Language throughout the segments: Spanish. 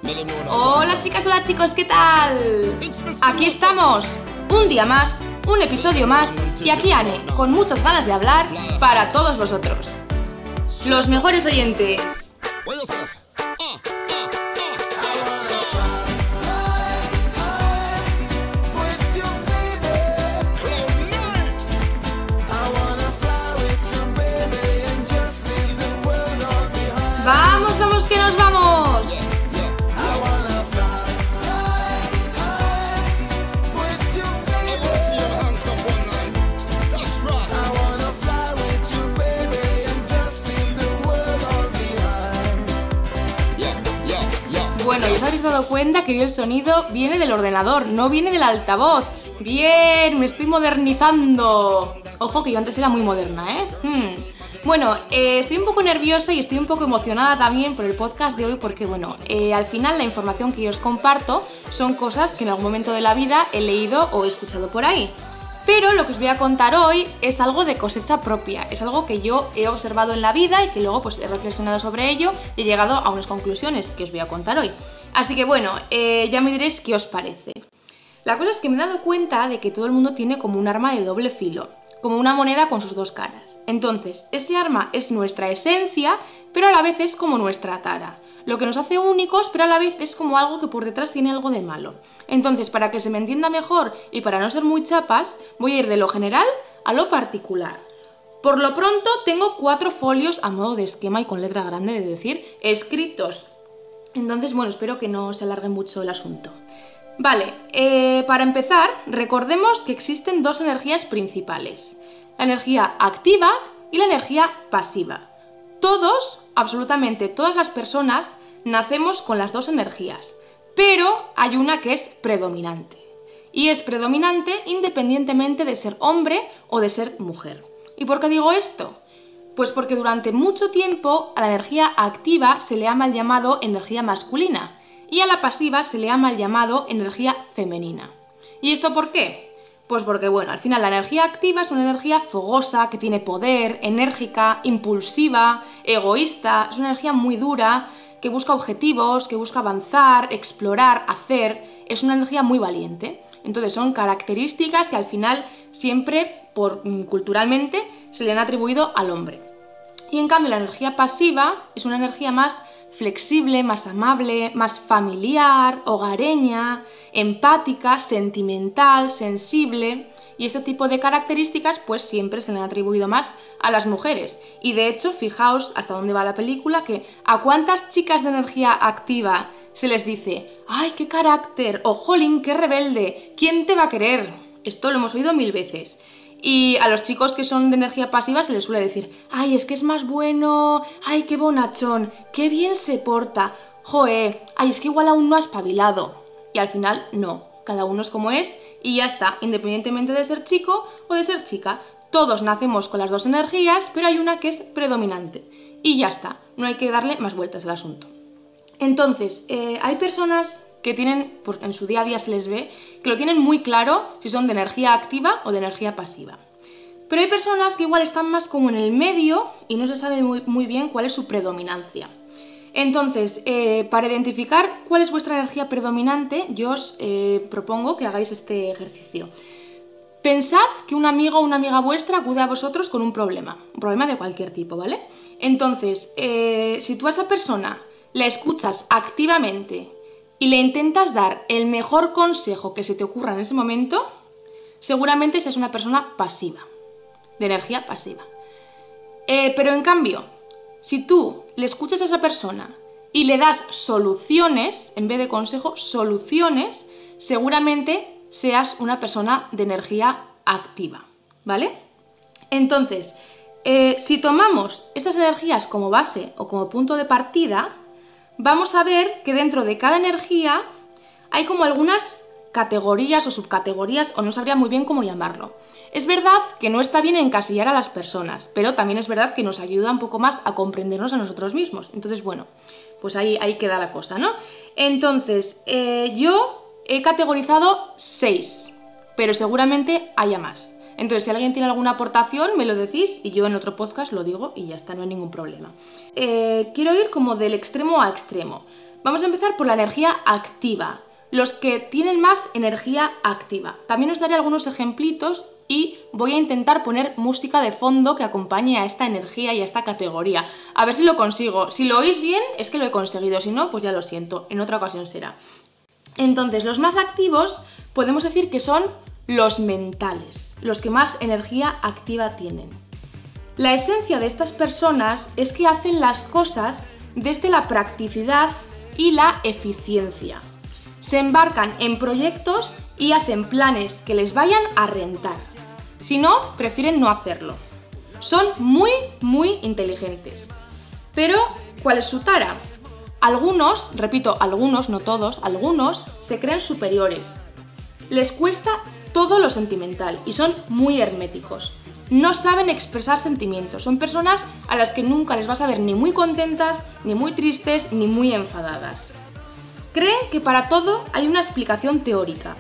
Hola chicas, hola chicos, ¿qué tal? Aquí estamos, un día más, un episodio más, y aquí Anne, con muchas ganas de hablar para todos vosotros, los mejores oyentes. ¡Vamos, vamos, que nos vamos! Bueno, ya os habéis dado cuenta que hoy el sonido viene del ordenador, no viene del altavoz. Bien, me estoy modernizando. Ojo que yo antes era muy moderna, ¿eh? Bueno, estoy un poco nerviosa y estoy un poco emocionada también por el podcast de hoy porque, bueno, al final la información que yo os comparto son cosas que en algún momento de la vida he leído o he escuchado por ahí. Pero lo que os voy a contar hoy es algo de cosecha propia, es algo que yo he observado en la vida y que luego pues he reflexionado sobre ello y he llegado a unas conclusiones que os voy a contar hoy. Así que bueno, ya me diréis qué os parece. La cosa es que me he dado cuenta de que todo el mundo tiene como un arma de doble filo, como una moneda con sus dos caras. Entonces, ese arma es nuestra esencia, pero a la vez es como nuestra tara. Lo que nos hace únicos, pero a la vez es como algo que por detrás tiene algo de malo. Entonces, para que se me entienda mejor y para no ser muy chapas, voy a ir de lo general a lo particular. Por lo pronto, tengo 4 folios a modo de esquema y con letra grande de decir, escritos. Entonces, bueno, espero que no se alargue mucho el asunto. Vale, para empezar, recordemos que existen 2 energías principales, la energía activa y la energía pasiva. Todos, absolutamente todas las personas, nacemos con las 2 energías, pero hay una que es predominante. Y es predominante independientemente de ser hombre o de ser mujer. ¿Y por qué digo esto? Pues porque durante mucho tiempo a la energía activa se le ha mal llamado energía masculina, y a la pasiva se le ha mal llamado energía femenina. ¿Y esto por qué? Pues porque, bueno, al final la energía activa es una energía fogosa, que tiene poder, enérgica, impulsiva, egoísta, es una energía muy dura, que busca objetivos, que busca avanzar, explorar, hacer, es una energía muy valiente. Entonces son características que al final siempre, culturalmente, se le han atribuido al hombre. Y en cambio la energía pasiva es una energía más flexible, más amable, más familiar, hogareña, empática, sentimental, sensible, y este tipo de características pues siempre se le han atribuido más a las mujeres. Y de hecho, fijaos hasta dónde va la película, que a cuántas chicas de energía activa se les dice ¡ay, qué carácter! o ¡jolín, qué rebelde! ¿Quién te va a querer? Esto lo hemos oído 1000 veces. Y a los chicos que son de energía pasiva se les suele decir ¡ay, es que es más bueno! ¡Ay, qué bonachón! ¡Qué bien se porta! ¡Joe! ¡Ay, es que igual aún no ha espabilado! Y al final, no. Cada uno es como es y ya está, independientemente de ser chico o de ser chica. Todos nacemos con las 2 energías, pero hay una que es predominante. Y ya está, no hay que darle más vueltas al asunto. Entonces, hay personas que tienen, pues en su día a día se les ve, que lo tienen muy claro si son de energía activa o de energía pasiva. Pero hay personas que igual están más como en el medio y no se sabe muy bien cuál es su predominancia. Entonces, para identificar cuál es vuestra energía predominante, yo os propongo que hagáis este ejercicio. Pensad que un amigo o una amiga vuestra acude a vosotros con un problema de cualquier tipo, ¿vale? Entonces, si tú a esa persona la escuchas activamente y le intentas dar el mejor consejo que se te ocurra en ese momento, seguramente seas una persona pasiva, de energía pasiva. Pero en cambio, si tú le escuchas a esa persona y le das soluciones, en vez de consejos, soluciones, seguramente seas una persona de energía activa, ¿vale? Entonces, si tomamos estas energías como base o como punto de partida, vamos a ver que dentro de cada energía hay como algunas categorías o subcategorías, o no sabría muy bien cómo llamarlo. Es verdad que no está bien encasillar a las personas, pero también es verdad que nos ayuda un poco más a comprendernos a nosotros mismos. Entonces, bueno, pues ahí queda la cosa, ¿no? Entonces, yo he categorizado 6, pero seguramente haya más. Entonces, si alguien tiene alguna aportación, me lo decís y yo en otro podcast lo digo y ya está, no hay ningún problema. Quiero ir como del extremo a extremo. Vamos a empezar por la energía activa, los que tienen más energía activa. También os daré algunos ejemplitos y voy a intentar poner música de fondo que acompañe a esta energía y a esta categoría. A ver si lo consigo. Si lo oís bien, es que lo he conseguido. Si no, pues ya lo siento. En otra ocasión será. Entonces, los más activos podemos decir que son los mentales, los que más energía activa tienen. La esencia de estas personas es que hacen las cosas desde la practicidad y la eficiencia. Se embarcan en proyectos y hacen planes que les vayan a rentar. Si no, prefieren no hacerlo. Son muy inteligentes. Pero, ¿cuál es su tara? Algunos, repito, algunos, no todos, algunos se creen superiores. Les cuesta todo lo sentimental y son muy herméticos. No saben expresar sentimientos. Son personas a las que nunca les vas a ver ni muy contentas, ni muy tristes, ni muy enfadadas. Creen que para todo hay una explicación teórica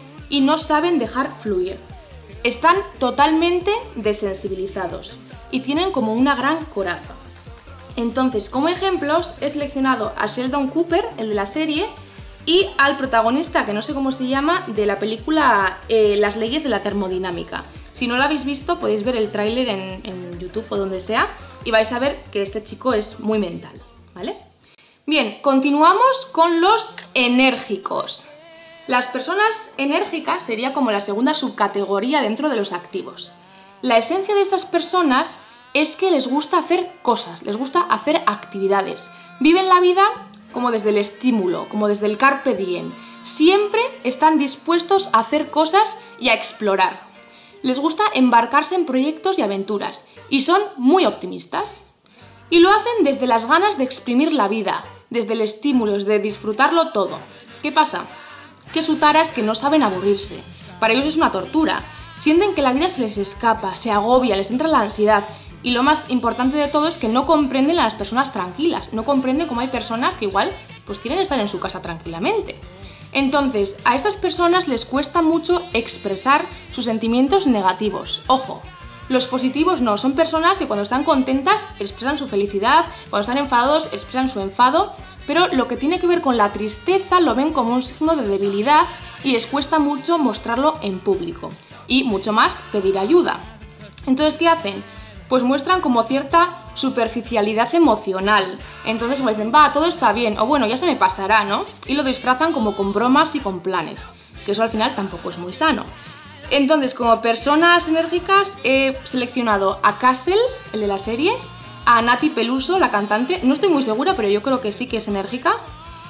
y no saben dejar fluir. Están totalmente desensibilizados y tienen como una gran coraza. Entonces, como ejemplos, he seleccionado a Sheldon Cooper, el de la serie, y al protagonista, que no sé cómo se llama, de la película Las leyes de la termodinámica. Si no lo habéis visto, podéis ver el tráiler en YouTube o donde sea y vais a ver que este chico es muy mental, ¿vale? Bien, continuamos con los enérgicos. Las personas enérgicas sería como la segunda subcategoría dentro de los activos. La esencia de estas personas es que les gusta hacer cosas, les gusta hacer actividades. Viven la vida como desde el estímulo, como desde el carpe diem. Siempre están dispuestos a hacer cosas y a explorar. Les gusta embarcarse en proyectos y aventuras y son muy optimistas. Y lo hacen desde las ganas de exprimir la vida, desde el estímulo, de disfrutarlo todo. ¿Qué pasa? Que su tara es que no saben aburrirse. Para ellos es una tortura. Sienten que la vida se les escapa, se agobia, les entra la ansiedad. Y lo más importante de todo es que no comprenden a las personas tranquilas. No comprenden cómo hay personas que igual pues quieren estar en su casa tranquilamente. Entonces, a estas personas les cuesta mucho expresar sus sentimientos negativos. Ojo, los positivos no, son personas que cuando están contentas expresan su felicidad, cuando están enfadados expresan su enfado, pero lo que tiene que ver con la tristeza lo ven como un signo de debilidad y les cuesta mucho mostrarlo en público y mucho más pedir ayuda. Entonces, ¿qué hacen? Pues muestran como cierta superficialidad emocional. Entonces como dicen, va, todo está bien, o bueno, ya se me pasará, ¿no? Y lo disfrazan como con bromas y con planes, que eso al final tampoco es muy sano. Entonces, como personas enérgicas, he seleccionado a Castle, el de la serie, a Nati Peluso, la cantante, no estoy muy segura, pero yo creo que sí que es enérgica,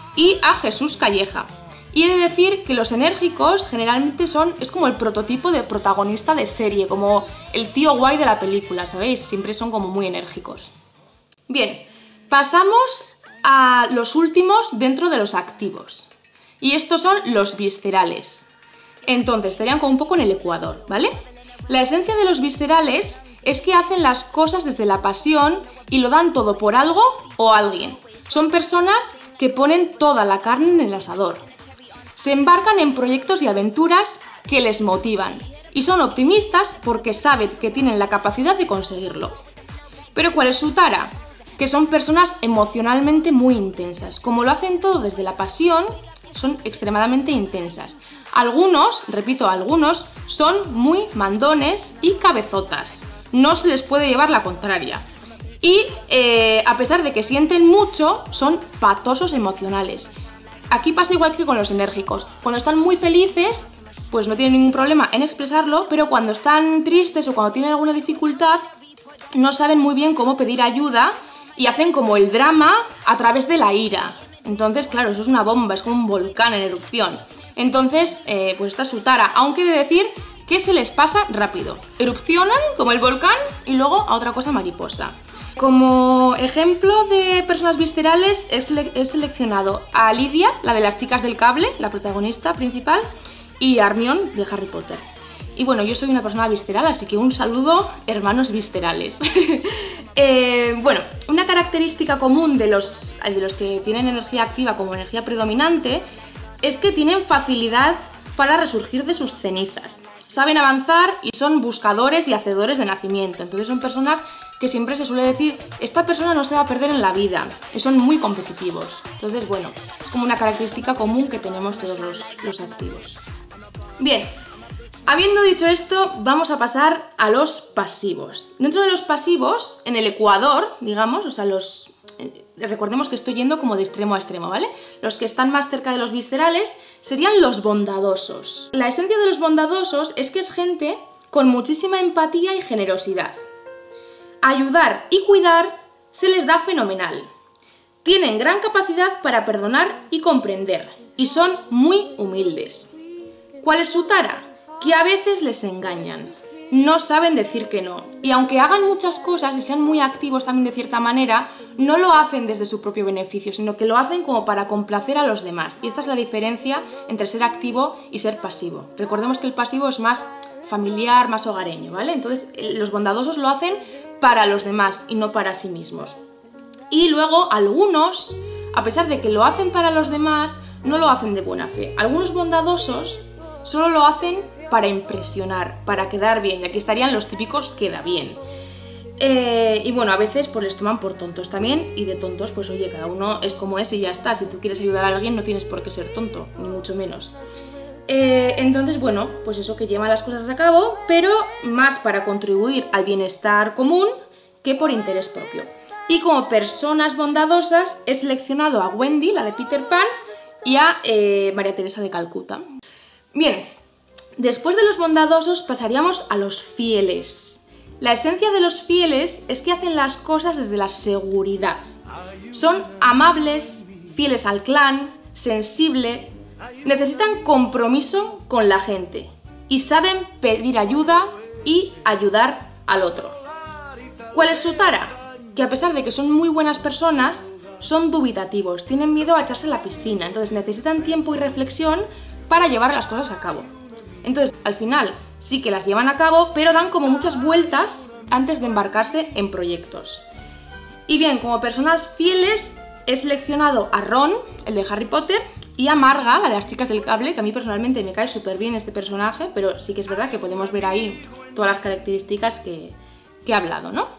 y a Jesús Calleja. Y he de decir que los enérgicos generalmente es como el prototipo de protagonista de serie, como el tío guay de la película, ¿sabéis? Siempre son como muy enérgicos. Bien, pasamos a los últimos dentro de los activos. Y estos son los viscerales. Entonces, estarían como un poco en el ecuador, ¿vale? La esencia de los viscerales es que hacen las cosas desde la pasión y lo dan todo por algo o alguien. Son personas que ponen toda la carne en el asador. Se embarcan en proyectos y aventuras que les motivan y son optimistas porque saben que tienen la capacidad de conseguirlo. Pero ¿cuál es su tara? Que son personas emocionalmente muy intensas. Como lo hacen todo desde la pasión, son extremadamente intensas. Algunos, repito, algunos son muy mandones y cabezotas. No se les puede llevar la contraria. Y a pesar de que sienten mucho, son patosos emocionales. Aquí pasa igual que con los enérgicos. Cuando están muy felices, pues no tienen ningún problema en expresarlo, pero cuando están tristes o cuando tienen alguna dificultad, no saben muy bien cómo pedir ayuda y hacen como el drama a través de la ira. Entonces, claro, eso es una bomba, es como un volcán en erupción. Entonces, pues esta es su tara, aunque he de decir que se les pasa rápido. Erupcionan como el volcán y luego a otra cosa mariposa. Como ejemplo de personas viscerales he seleccionado a Lidia, la de las chicas del cable, la protagonista principal, y a Hermione de Harry Potter. Y bueno, yo soy una persona visceral, así que un saludo, hermanos viscerales. Bueno, una característica común de los que tienen energía activa como energía predominante es que tienen facilidad para resurgir de sus cenizas. Saben avanzar y son buscadores y hacedores de nacimiento. Entonces son personas que siempre se suele decir, esta persona no se va a perder en la vida. Y son muy competitivos. Entonces, bueno, es como una característica común que tenemos todos los activos. Bien, habiendo dicho esto, vamos a pasar a los pasivos. Dentro de los pasivos, en el ecuador, digamos, o sea, recordemos que estoy yendo como de extremo a extremo, ¿vale? Los que están más cerca de los viscerales serían los bondadosos. La esencia de los bondadosos es que es gente con muchísima empatía y generosidad. Ayudar y cuidar se les da fenomenal. Tienen gran capacidad para perdonar y comprender, y son muy humildes. ¿Cuál es su tara? Que a veces les engañan. No saben decir que no. Y aunque hagan muchas cosas y sean muy activos también de cierta manera, no lo hacen desde su propio beneficio, sino que lo hacen como para complacer a los demás. Y esta es la diferencia entre ser activo y ser pasivo. Recordemos que el pasivo es más familiar, más hogareño, ¿vale? Entonces, los bondadosos lo hacen para los demás y no para sí mismos. Y luego, algunos, a pesar de que lo hacen para los demás, no lo hacen de buena fe. Algunos bondadosos solo lo hacen para impresionar, para quedar bien, y aquí estarían los típicos queda bien. Y bueno, a veces pues les toman por tontos también, y de tontos pues oye, cada uno es como es y ya está. Si tú quieres ayudar a alguien no tienes por qué ser tonto, ni mucho menos. Entonces bueno, pues eso, que lleva las cosas a cabo, pero más para contribuir al bienestar común que por interés propio. Y como personas bondadosas he seleccionado a Wendy, la de Peter Pan, y a María Teresa de Calcuta. Bien, después de los bondadosos pasaríamos a los fieles. La esencia de los fieles es que hacen las cosas desde la seguridad. Son amables, fieles al clan, sensibles, necesitan compromiso con la gente y saben pedir ayuda y ayudar al otro. ¿Cuál es su tara? Que a pesar de que son muy buenas personas, son dubitativos, tienen miedo a echarse a la piscina, entonces necesitan tiempo y reflexión para llevar las cosas a cabo. Entonces, al final, sí que las llevan a cabo, pero dan como muchas vueltas antes de embarcarse en proyectos. Y bien, como personas fieles, he seleccionado a Ron, el de Harry Potter, y a Marga, la de las chicas del cable, que a mí personalmente me cae súper bien este personaje, pero sí que es verdad que podemos ver ahí todas las características que he hablado, ¿no?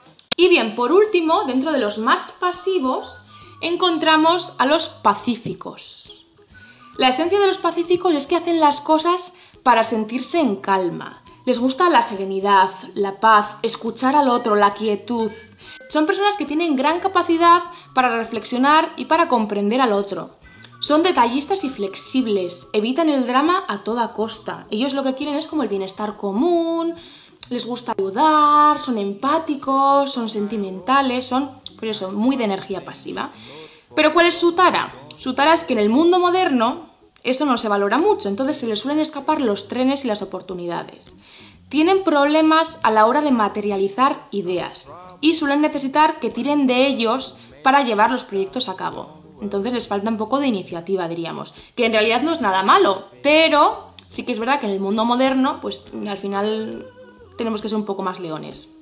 Y bien, por último, dentro de los más pasivos, encontramos a los pacíficos. La esencia de los pacíficos es que hacen las cosas para sentirse en calma. Les gusta la serenidad, la paz, escuchar al otro, la quietud. Son personas que tienen gran capacidad para reflexionar y para comprender al otro. Son detallistas y flexibles, evitan el drama a toda costa. Ellos lo que quieren es como el bienestar común, les gusta ayudar, son empáticos, son sentimentales, son, por eso, muy de energía pasiva. Pero ¿cuál es su tara? Su tara es que en el mundo moderno eso no se valora mucho, entonces se les suelen escapar los trenes y las oportunidades. Tienen problemas a la hora de materializar ideas y suelen necesitar que tiren de ellos para llevar los proyectos a cabo. Entonces les falta un poco de iniciativa, diríamos, que en realidad no es nada malo, pero sí que es verdad que en el mundo moderno, pues al final tenemos que ser un poco más leones.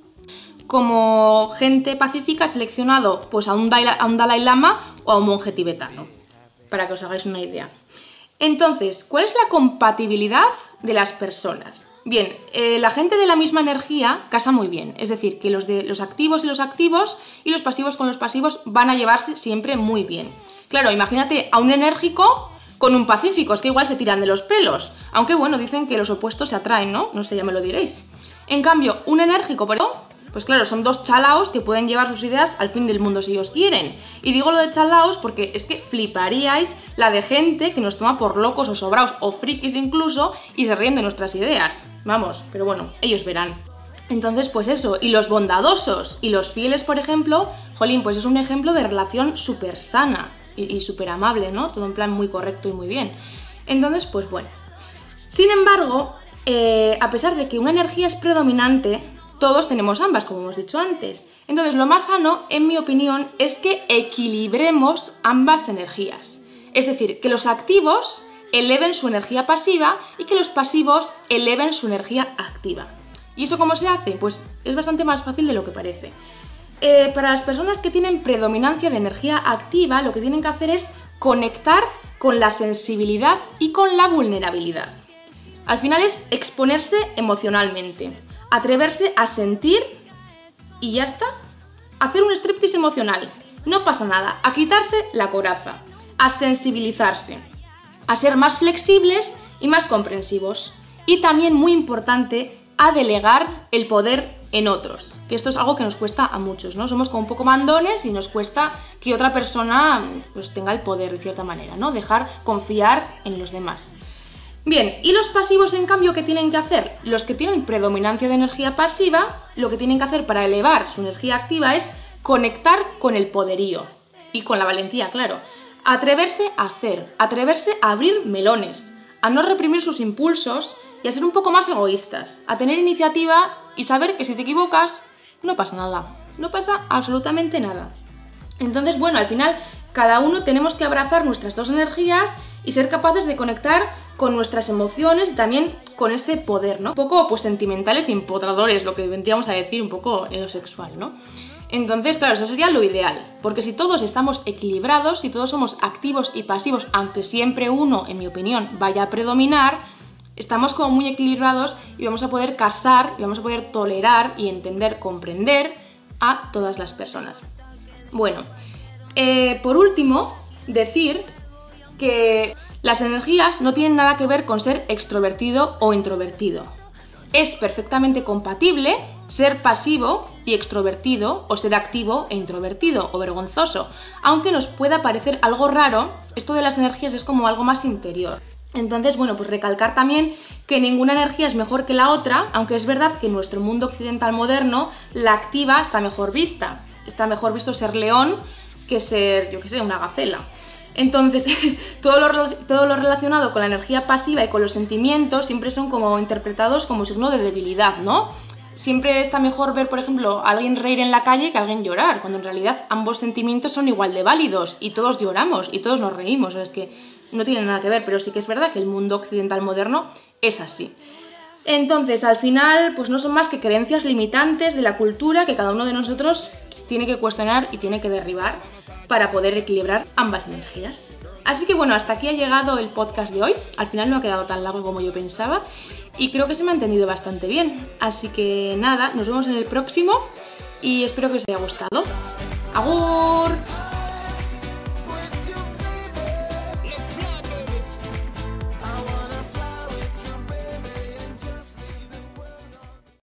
Como gente pacífica he seleccionado pues, a un Dalai Lama o a un monje tibetano, para que os hagáis una idea. Entonces, ¿cuál es la compatibilidad de las personas? Bien, la gente de la misma energía casa muy bien, es decir, que los activos y los pasivos con los pasivos van a llevarse siempre muy bien. Claro, imagínate a un enérgico con un pacífico, es que igual se tiran de los pelos, aunque bueno, dicen que los opuestos se atraen, ¿no? No sé, ya me lo diréis. En cambio, un enérgico, pues claro, son dos chalaos que pueden llevar sus ideas al fin del mundo si ellos quieren. Y digo lo de chalaos porque es que fliparíais la de gente que nos toma por locos o sobraos o frikis incluso y se ríen de nuestras ideas. Vamos, pero bueno, ellos verán. Entonces, pues eso, y los bondadosos y los fieles, por ejemplo, jolín, pues es un ejemplo de relación súper sana y súper amable, ¿no? Todo en plan muy correcto y muy bien. Entonces, pues bueno. Sin embargo, a pesar de que una energía es predominante, todos tenemos ambas, como hemos dicho antes. Entonces, lo más sano, en mi opinión, es que equilibremos ambas energías. Es decir, que los activos eleven su energía pasiva y que los pasivos eleven su energía activa. ¿Y eso cómo se hace? Pues es bastante más fácil de lo que parece. Para las personas que tienen predominancia de energía activa, lo que tienen que hacer es conectar con la sensibilidad y con la vulnerabilidad. Al final es exponerse emocionalmente, atreverse a sentir y ya está. Hacer un striptease emocional, no pasa nada, a quitarse la coraza, a sensibilizarse, a ser más flexibles y más comprensivos. Y también, muy importante, a delegar el poder en otros, que esto es algo que nos cuesta a muchos, ¿no? Somos como un poco mandones y nos cuesta que otra persona pues tenga el poder de cierta manera, ¿no? Dejar confiar en los demás. Bien, ¿y los pasivos, en cambio, qué tienen que hacer? Los que tienen predominancia de energía pasiva, lo que tienen que hacer para elevar su energía activa es conectar con el poderío y con la valentía, claro. Atreverse a hacer, atreverse a abrir melones, a no reprimir sus impulsos y a ser un poco más egoístas, a tener iniciativa y saber que si te equivocas no pasa nada, no pasa absolutamente nada. Entonces, bueno, al final cada uno tenemos que abrazar nuestras dos energías y ser capaces de conectar con nuestras emociones y también con ese poder, ¿no? Un poco pues sentimentales y empotradores, lo que vendríamos a decir un poco en lo sexual, ¿no? Entonces, claro, eso sería lo ideal, porque si todos estamos equilibrados, si todos somos activos y pasivos, aunque siempre uno, en mi opinión, vaya a predominar, estamos como muy equilibrados y vamos a poder casar y vamos a poder tolerar y entender, comprender a todas las personas. Bueno, por último, decir que las energías no tienen nada que ver con ser extrovertido o introvertido. Es perfectamente compatible ser pasivo y extrovertido o ser activo e introvertido o vergonzoso. Aunque nos pueda parecer algo raro, esto de las energías es como algo más interior. Entonces, bueno, pues recalcar también que ninguna energía es mejor que la otra, aunque es verdad que en nuestro mundo occidental moderno la activa está mejor vista. Está mejor visto ser león que ser, yo qué sé, una gacela. Entonces, todo lo relacionado con la energía pasiva y con los sentimientos siempre son como interpretados como signo de debilidad, ¿no? Siempre está mejor ver, por ejemplo, a alguien reír en la calle que a alguien llorar, cuando en realidad ambos sentimientos son igual de válidos y todos lloramos y todos nos reímos, o sea, es que no tiene nada que ver, pero sí que es verdad que el mundo occidental moderno es así. Entonces, al final, pues no son más que creencias limitantes de la cultura que cada uno de nosotros tiene que cuestionar y tiene que derribar para poder equilibrar ambas energías. Así que bueno, hasta aquí ha llegado el podcast de hoy. Al final no ha quedado tan largo como yo pensaba y creo que se me ha entendido bastante bien. Así que nada, nos vemos en el próximo y espero que os haya gustado. ¡Agur!